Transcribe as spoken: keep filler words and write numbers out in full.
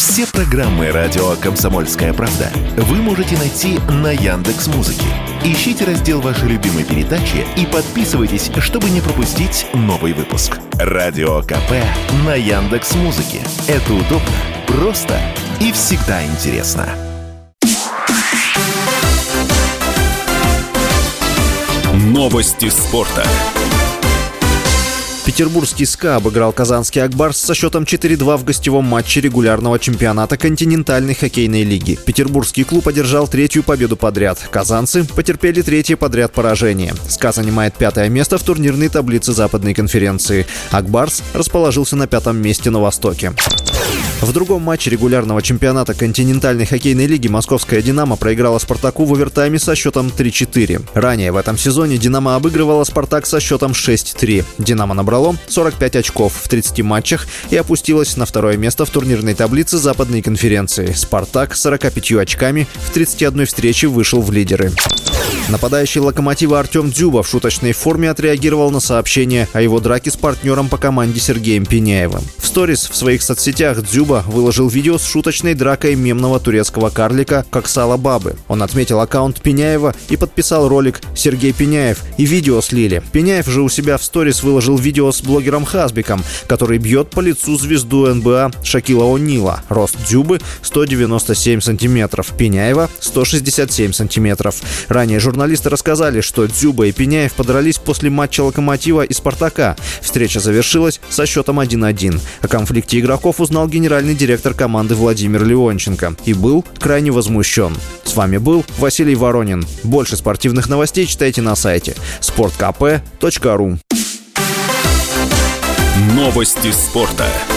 Все программы радио «Комсомольская правда» вы можете найти на Яндекс.Музыке. Ищите раздел вашей любимой передачи и подписывайтесь, чтобы не пропустить новый выпуск. Радио КП на Яндекс.Музыке. Это удобно, просто и всегда интересно. Новости спорта. Петербургский СКА обыграл казанский «Акбарс» со счетом четыре-два в гостевом матче регулярного чемпионата континентальной хоккейной лиги. Петербургский клуб одержал третью победу подряд. Казанцы потерпели третье подряд поражение. СКА занимает пятое место в турнирной таблице Западной конференции. «Акбарс» расположился на пятом месте на Востоке. В другом матче регулярного чемпионата континентальной хоккейной лиги московская «Динамо» проиграла «Спартаку» в овертайме со счетом три-четыре. Ранее в этом сезоне «Динамо» обыгрывала «Спартак» со счетом шесть-три. «Динамо» набрало сорок пять очков в тридцати матчах и опустилась на второе место в турнирной таблице Западной конференции. «Спартак» с сороками пятью очками в тридцати одной встрече вышел в лидеры. Нападающий «Локомотива» Артем Дзюба в шуточной форме отреагировал на сообщение о его драке с партнером по команде Сергеем Пеняевым. В сторис в своих соцсетях Дзюба выложил видео с шуточной дракой мемного турецкого карлика Коксала Бабы. Он отметил аккаунт Пеняева и подписал ролик «Сергей Пеняев» и видео слили. Пеняев же у себя в сторис выложил видео с блогером Хазбиком, который бьет по лицу звезду эн бэ а Шакила О'Нила. Рост Дзюбы сто девяносто семь сантиметров, Пеняева сто шестьдесят семь сантиметров. Ранее журналисты рассказали, что Дзюба и Пеняев подрались после матча «Локомотива» и «Спартака». Встреча завершилась со счетом один-один. О конфликте игроков узнал генеральный директор команды Владимир Леонченко и был крайне возмущен. С вами был Василий Воронин. Больше спортивных новостей читайте на сайте спорт ка пэ точка ру. Новости спорта.